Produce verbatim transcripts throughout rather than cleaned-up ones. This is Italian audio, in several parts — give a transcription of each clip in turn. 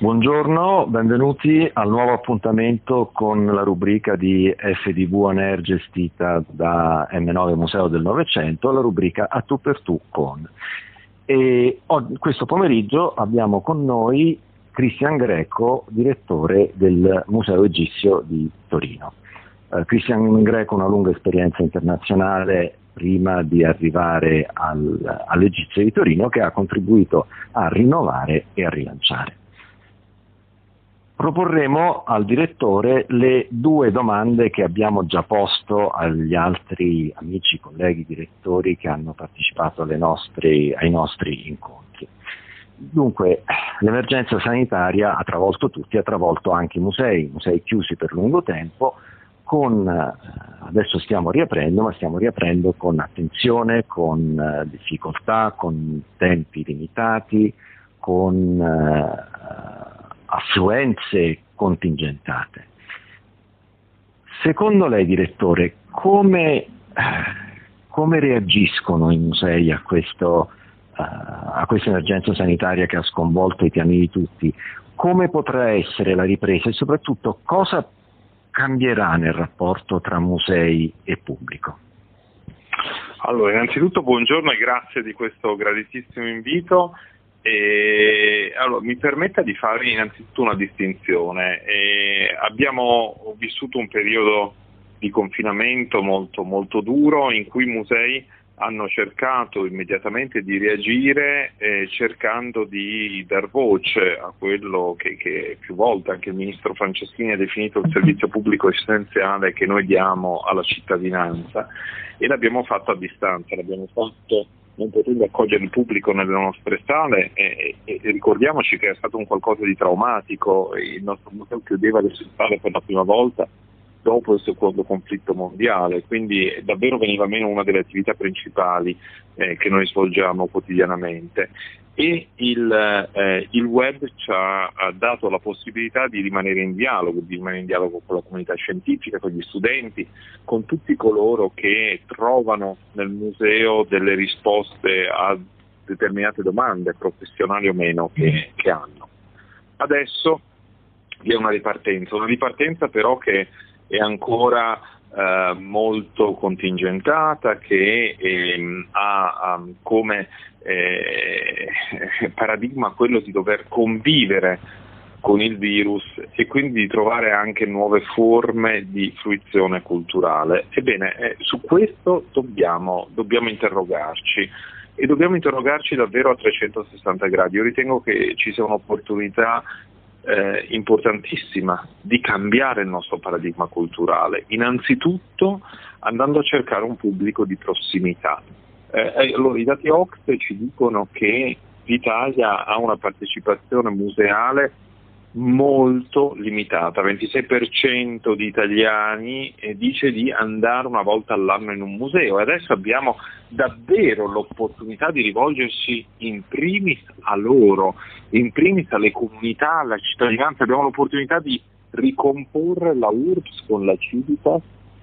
Buongiorno, benvenuti al nuovo appuntamento con la rubrica di F D V On Air gestita da M nove Museo del Novecento, la rubrica A tu per tu con. E oggi, questo pomeriggio abbiamo con noi Cristian Greco, direttore del Museo Egizio di Torino. Uh, Cristian Greco ha una lunga esperienza internazionale prima di arrivare al, all'Egizio di Torino, che ha contribuito a rinnovare e a rilanciare. Proporremo al direttore le due domande che abbiamo già posto agli altri amici, colleghi, direttori che hanno partecipato alle nostre, ai nostri incontri. Dunque, l'emergenza sanitaria ha travolto tutti, ha travolto anche i musei, musei chiusi per lungo tempo, con, adesso stiamo riaprendo, ma stiamo riaprendo con attenzione, con difficoltà, con tempi limitati, con uh, affluenze contingentate. Secondo lei, direttore, come, come reagiscono i musei a, questo, uh, a questa emergenza sanitaria che ha sconvolto i piani di tutti? Come potrà essere la ripresa e soprattutto cosa cambierà nel rapporto tra musei e pubblico? Allora, innanzitutto buongiorno e grazie di questo graditissimo invito. E, allora, mi permetta di fare innanzitutto una distinzione. E abbiamo vissuto un periodo di confinamento molto, molto duro in cui i musei hanno cercato immediatamente di reagire eh, cercando di dar voce a quello che, che più volte anche il ministro Franceschini ha definito il servizio pubblico essenziale che noi diamo alla cittadinanza, e l'abbiamo fatto a distanza, l'abbiamo fatto non potendo accogliere il pubblico nelle nostre sale e, e, e ricordiamoci che è stato un qualcosa di traumatico. Il nostro museo chiudeva le sue sale per la prima volta dopo il secondo conflitto mondiale, quindi davvero veniva meno una delle attività principali eh, che noi svolgiamo quotidianamente, e il, eh, il web ci ha, ha dato la possibilità di rimanere in dialogo, di rimanere in dialogo con la comunità scientifica, con gli studenti, con tutti coloro che trovano nel museo delle risposte a determinate domande, professionali o meno, che, che hanno. Adesso vi è una ripartenza, una ripartenza però che è ancora eh, molto contingentata, che ehm, ha um, come eh, paradigma quello di dover convivere con il virus e quindi di trovare anche nuove forme di fruizione culturale. Ebbene, eh, su questo dobbiamo, dobbiamo interrogarci, e dobbiamo interrogarci davvero a trecentosessanta gradi. Io ritengo che ci sia un'opportunità Eh, importantissima di cambiare il nostro paradigma culturale, innanzitutto andando a cercare un pubblico di prossimità. Eh, allora, i dati O C S E ci dicono che l'Italia ha una partecipazione museale molto limitata, ventisei per cento di italiani eh, dice di andare una volta all'anno in un museo, e adesso abbiamo davvero l'opportunità di rivolgersi in primis a loro, in primis alle comunità, alla cittadinanza. Abbiamo l'opportunità di ricomporre la U R B S con la Civitas,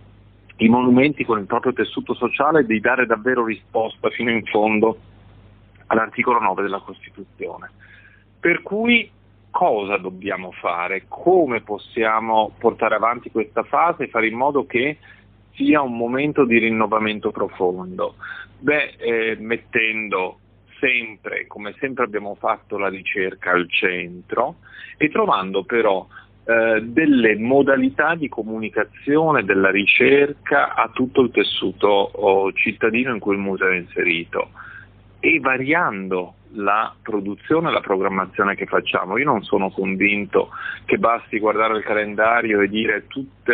i monumenti con il proprio tessuto sociale, e di dare davvero risposta fino in fondo all'articolo nove della Costituzione. Per cui cosa dobbiamo fare? Come possiamo portare avanti questa fase e fare in modo che sia un momento di rinnovamento profondo? Beh, eh, mettendo sempre, come sempre abbiamo fatto, la ricerca al centro, e trovando però eh, delle modalità di comunicazione della ricerca a tutto il tessuto oh, cittadino in cui il museo è inserito, e variando la produzione e la programmazione che facciamo. Io non sono convinto che basti guardare il calendario e dire tutti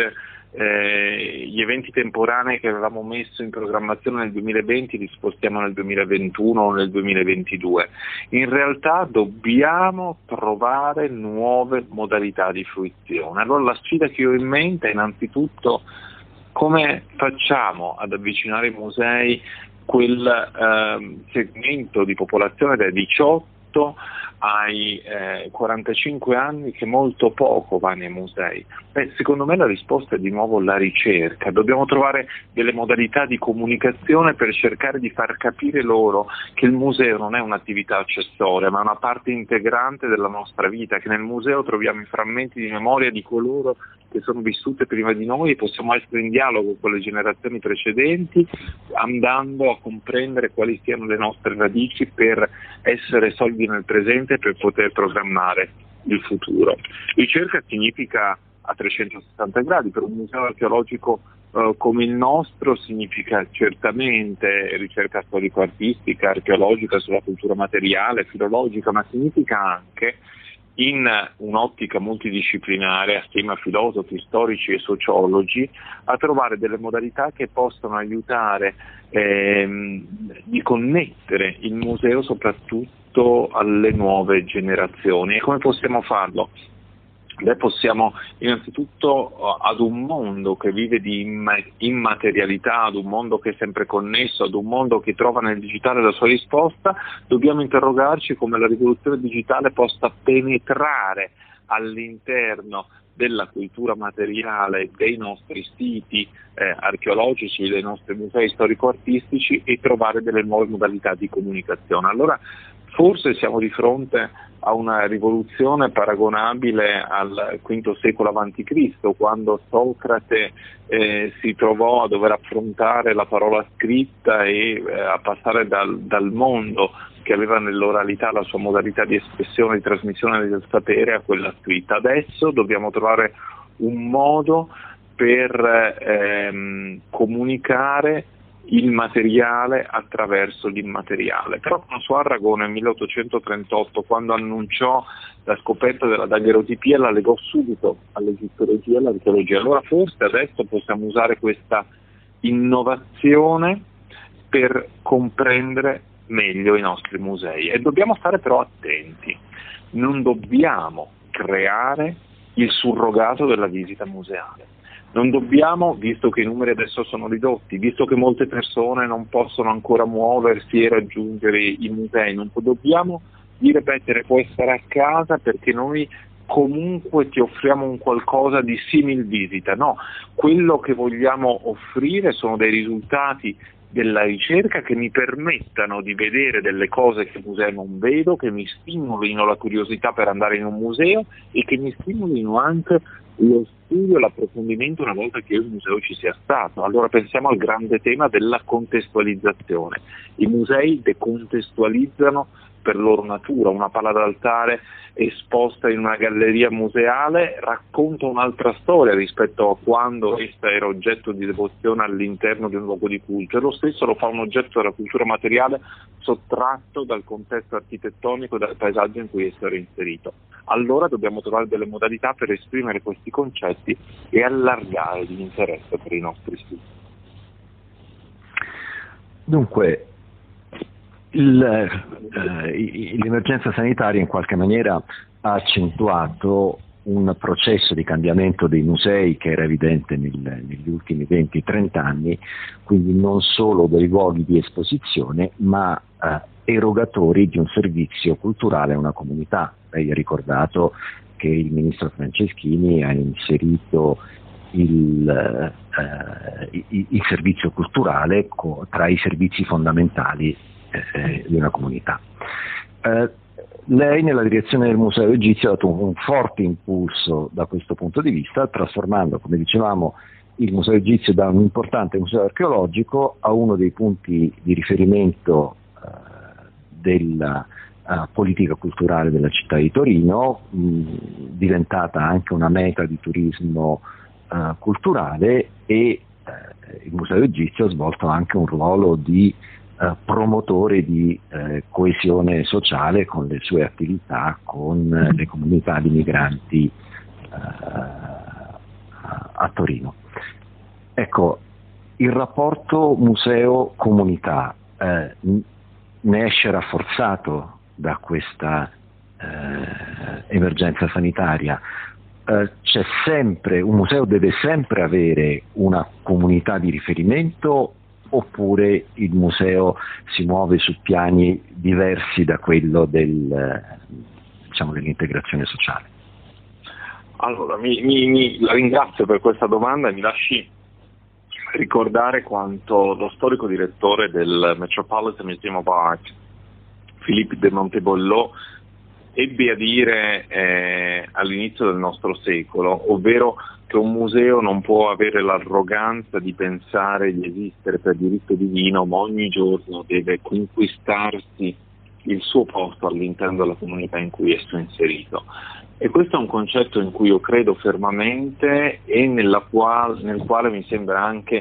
eh, gli eventi temporanei che avevamo messo in programmazione nel duemilaventi li spostiamo nel duemilaventuno o nel duemilaventidue. In realtà dobbiamo trovare nuove modalità di fruizione. Allora la sfida che ho in mente è innanzitutto come facciamo ad avvicinare i musei quel eh, segmento di popolazione dai diciotto hai eh, quarantacinque anni che molto poco va nei musei. Beh, secondo me la risposta è di nuovo la ricerca. Dobbiamo trovare delle modalità di comunicazione per cercare di far capire loro che il museo non è un'attività accessoria, ma una parte integrante della nostra vita, che nel museo troviamo i frammenti di memoria di coloro che sono vissute prima di noi e possiamo essere in dialogo con le generazioni precedenti, andando a comprendere quali siano le nostre radici per essere solidi nel presente e per poter programmare il futuro. Ricerca significa a trecentosessanta gradi, per un museo archeologico eh, come il nostro significa certamente ricerca storico-artistica, archeologica sulla cultura materiale, filologica, ma significa anche in un'ottica multidisciplinare, assieme a filosofi, storici e sociologi, a trovare delle modalità che possano aiutare ehm, di connettere il museo soprattutto alle nuove generazioni. E come possiamo farlo? Beh, possiamo innanzitutto ad un mondo che vive di immaterialità, ad un mondo che è sempre connesso, ad un mondo che trova nel digitale la sua risposta, dobbiamo interrogarci come la rivoluzione digitale possa penetrare all'interno della cultura materiale dei nostri siti eh, archeologici, dei nostri musei storico-artistici e trovare delle nuove modalità di comunicazione. Allora, forse siamo di fronte a una rivoluzione paragonabile al quinto secolo avanti Cristo, quando Socrate eh, si trovò a dover affrontare la parola scritta e eh, a passare dal, dal mondo che aveva nell'oralità la sua modalità di espressione e di trasmissione del sapere a quella scritta. Adesso dobbiamo trovare un modo per ehm, comunicare il materiale attraverso l'immateriale. Però François nel milleottocentotrentotto, quando annunciò la scoperta della daguerreotipia, la legò subito all'egittologia e all'archeologia. Allora forse adesso possiamo usare questa innovazione per comprendere meglio i nostri musei, e dobbiamo stare però attenti. Non dobbiamo creare il surrogato della visita museale. Non dobbiamo, visto che i numeri adesso sono ridotti, visto che molte persone non possono ancora muoversi e raggiungere i musei, non dobbiamo dire beh, te ne puoi stare a casa perché noi comunque ti offriamo un qualcosa di simil visita. No, quello che vogliamo offrire sono dei risultati della ricerca che mi permettano di vedere delle cose che il museo non vedo, che mi stimolino la curiosità per andare in un museo e che mi stimolino anche lo studio e l'approfondimento una volta che il museo ci sia stato. Allora pensiamo al grande tema della contestualizzazione. I musei decontestualizzano per loro natura. Una pala d'altare esposta in una galleria museale racconta un'altra storia rispetto a quando essa era oggetto di devozione all'interno di un luogo di culto, e lo stesso lo fa un oggetto della cultura materiale sottratto dal contesto architettonico e dal paesaggio in cui esso era inserito. Allora dobbiamo trovare delle modalità per esprimere questi concetti e allargare l'interesse per i nostri studi. Dunque, il, eh, l'emergenza sanitaria in qualche maniera ha accentuato un processo di cambiamento dei musei che era evidente nel, negli ultimi venti trenta anni, quindi non solo dei luoghi di esposizione, ma eh, erogatori di un servizio culturale a una comunità. Lei ha ricordato che il ministro Franceschini ha inserito il, eh, il, il servizio culturale co- tra i servizi fondamentali eh, di una comunità. Eh, lei nella direzione del Museo Egizio ha dato un, un forte impulso da questo punto di vista, trasformando, come dicevamo, il Museo Egizio da un importante museo archeologico a uno dei punti di riferimento eh, della eh, politica culturale della città di Torino, mh, diventata anche una meta di turismo eh, culturale, e eh, il Museo Egizio ha svolto anche un ruolo di eh, promotore di eh, coesione sociale con le sue attività con eh, le comunità di migranti eh, a Torino. Ecco, il rapporto museo-comunità eh, ne esce rafforzato da questa eh, emergenza sanitaria. Eh, c'è sempre, un museo deve sempre avere una comunità di riferimento oppure il museo si muove su piani diversi da quello del, diciamo, dell'integrazione sociale? Allora, mi, mi, mi la ringrazio per questa domanda e mi lasci ricordare quanto lo storico direttore del Metropolitan Museum of Art, Philippe de Montebollot, ebbe a dire eh, all'inizio del nostro secolo, ovvero che un museo non può avere l'arroganza di pensare di esistere per diritto divino, ma ogni giorno deve conquistarsi il suo posto all'interno della comunità in cui esso è inserito. E questo è un concetto in cui io credo fermamente e nella qual, nel quale mi sembra anche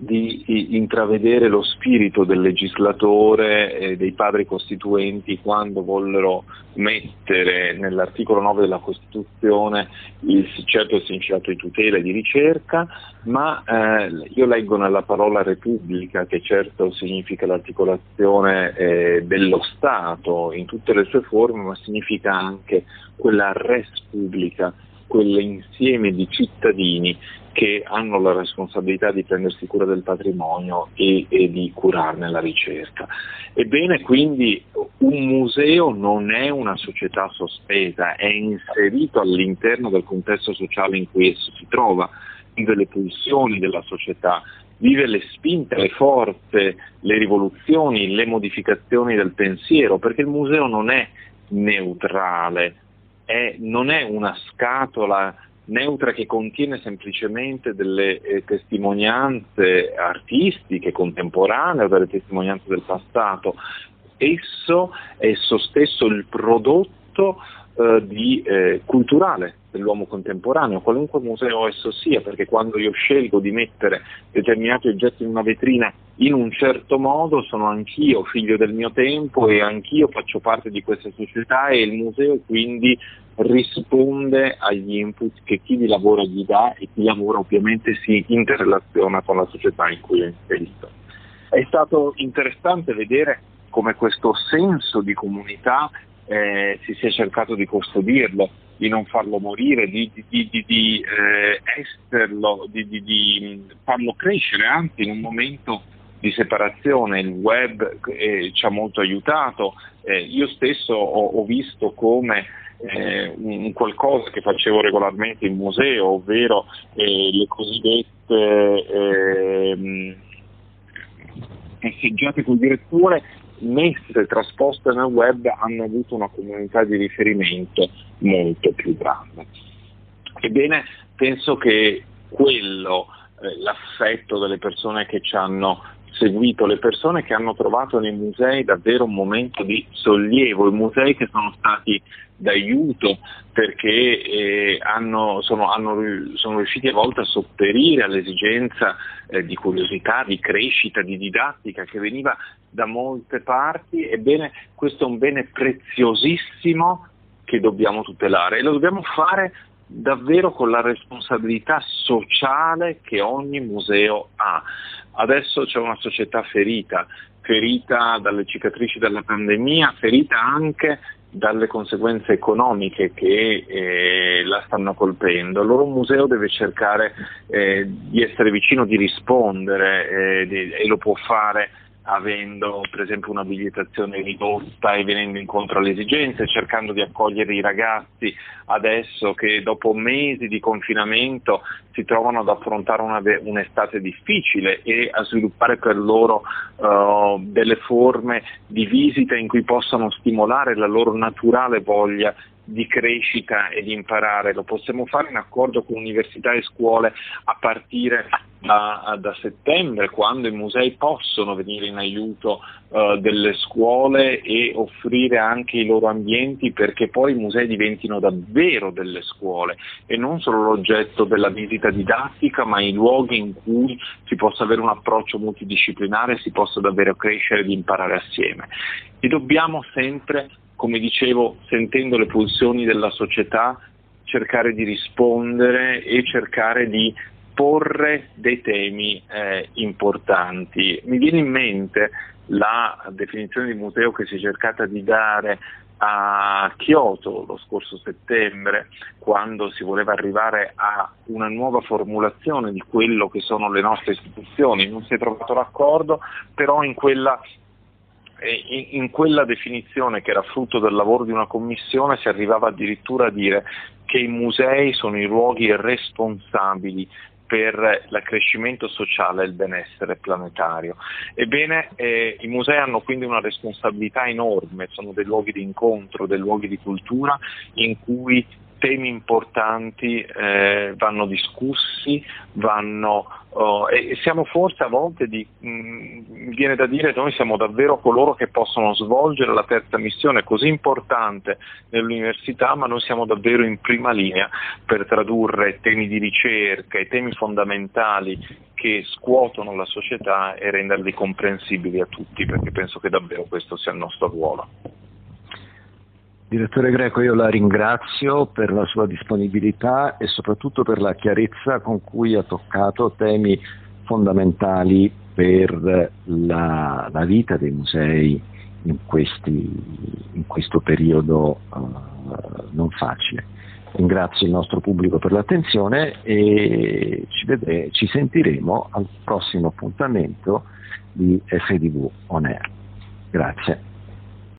di intravedere lo spirito del legislatore e dei padri costituenti quando vollero mettere nell'articolo nove della Costituzione il certo il significato di tutela e di ricerca, ma eh, io leggo nella parola Repubblica, che certo significa l'articolazione eh, dello Stato in tutte le sue forme, ma significa anche quella res publica, quell'insieme di cittadini che hanno la responsabilità di prendersi cura del patrimonio e, e di curarne la ricerca. Ebbene, quindi un museo non è una società sospesa, è inserito all'interno del contesto sociale in cui esso si trova, vive le pulsioni della società, vive le spinte, le forze, le rivoluzioni, le modificazioni del pensiero, perché il museo non è neutrale, è, non è una scatola neutra che contiene semplicemente delle eh, testimonianze artistiche contemporanee o delle testimonianze del passato. Esso è esso stesso il prodotto eh, di, eh, culturale dell'uomo contemporaneo, qualunque museo esso sia, perché quando io scelgo di mettere determinati oggetti in una vetrina in un certo modo, sono anch'io figlio del mio tempo e anch'io faccio parte di questa società, e il museo quindi risponde agli input che chi vi lavora gli dà, e chi lavora ovviamente si interrelaziona con la società in cui è inserito. È stato interessante vedere come questo senso di comunità eh, si sia cercato di custodirlo, di non farlo morire, di, di, di, di, di eh, esterlo, di, di, di farlo crescere, anzi in un momento di separazione. Il web eh, ci ha molto aiutato, eh, io stesso ho, ho visto come eh, un qualcosa che facevo regolarmente in museo, ovvero eh, le cosiddette eh, passeggiate col direttore, messe, trasposte nel web, hanno avuto una comunità di riferimento molto più grande. Ebbene, penso che quello, eh, l'affetto delle persone che ci hanno seguito, le persone che hanno trovato nei musei davvero un momento di sollievo, i musei che sono stati d'aiuto perché eh, hanno, sono, hanno, sono riusciti a volte a sopperire all'esigenza eh, di curiosità, di crescita, di didattica che veniva da molte parti. Ebbene, questo è un bene preziosissimo che dobbiamo tutelare, e lo dobbiamo fare davvero con la responsabilità sociale che ogni museo ha. Adesso c'è una società ferita, ferita dalle cicatrici della pandemia, ferita anche dalle conseguenze economiche che eh, la stanno colpendo. Allora un museo deve cercare eh, di essere vicino, di rispondere eh, di, e lo può fare avendo per esempio una bigliettazione ridotta e venendo incontro alle esigenze, cercando di accogliere i ragazzi adesso che dopo mesi di confinamento si trovano ad affrontare una, un'estate difficile, e a sviluppare per loro uh, delle forme di visita in cui possano stimolare la loro naturale voglia di crescita e di imparare. Lo possiamo fare in accordo con università e scuole a partire da, da settembre, quando i musei possono venire in aiuto uh, delle scuole e offrire anche i loro ambienti, perché poi i musei diventino davvero delle scuole e non solo l'oggetto della visita didattica, ma i luoghi in cui si possa avere un approccio multidisciplinare e si possa davvero crescere ed imparare assieme. E dobbiamo sempre, come dicevo, sentendo le pulsioni della società, cercare di rispondere e cercare di porre dei temi eh, importanti. Mi viene in mente la definizione di museo che si è cercata di dare a Kyoto lo scorso settembre, quando si voleva arrivare a una nuova formulazione di quello che sono le nostre istituzioni. Non si è trovato l'accordo, però in quella In quella definizione, che era frutto del lavoro di una commissione, si arrivava addirittura a dire che i musei sono i luoghi responsabili per l'accrescimento sociale e il benessere planetario. Ebbene, eh, i musei hanno quindi una responsabilità enorme, sono dei luoghi di incontro, dei luoghi di cultura in cui temi importanti eh, vanno discussi, vanno, oh, e siamo forse a volte, di, mh, viene da dire, noi siamo davvero coloro che possono svolgere la terza missione così importante nell'università, ma noi siamo davvero in prima linea per tradurre temi di ricerca e temi fondamentali che scuotono la società e renderli comprensibili a tutti, perché penso che davvero questo sia il nostro ruolo. Direttore Greco, io la ringrazio per la sua disponibilità e soprattutto per la chiarezza con cui ha toccato temi fondamentali per la, la vita dei musei in, questi, in questo periodo uh, non facile. Ringrazio il nostro pubblico per l'attenzione e ci, vedremo, ci sentiremo al prossimo appuntamento di F D V On Air. Grazie.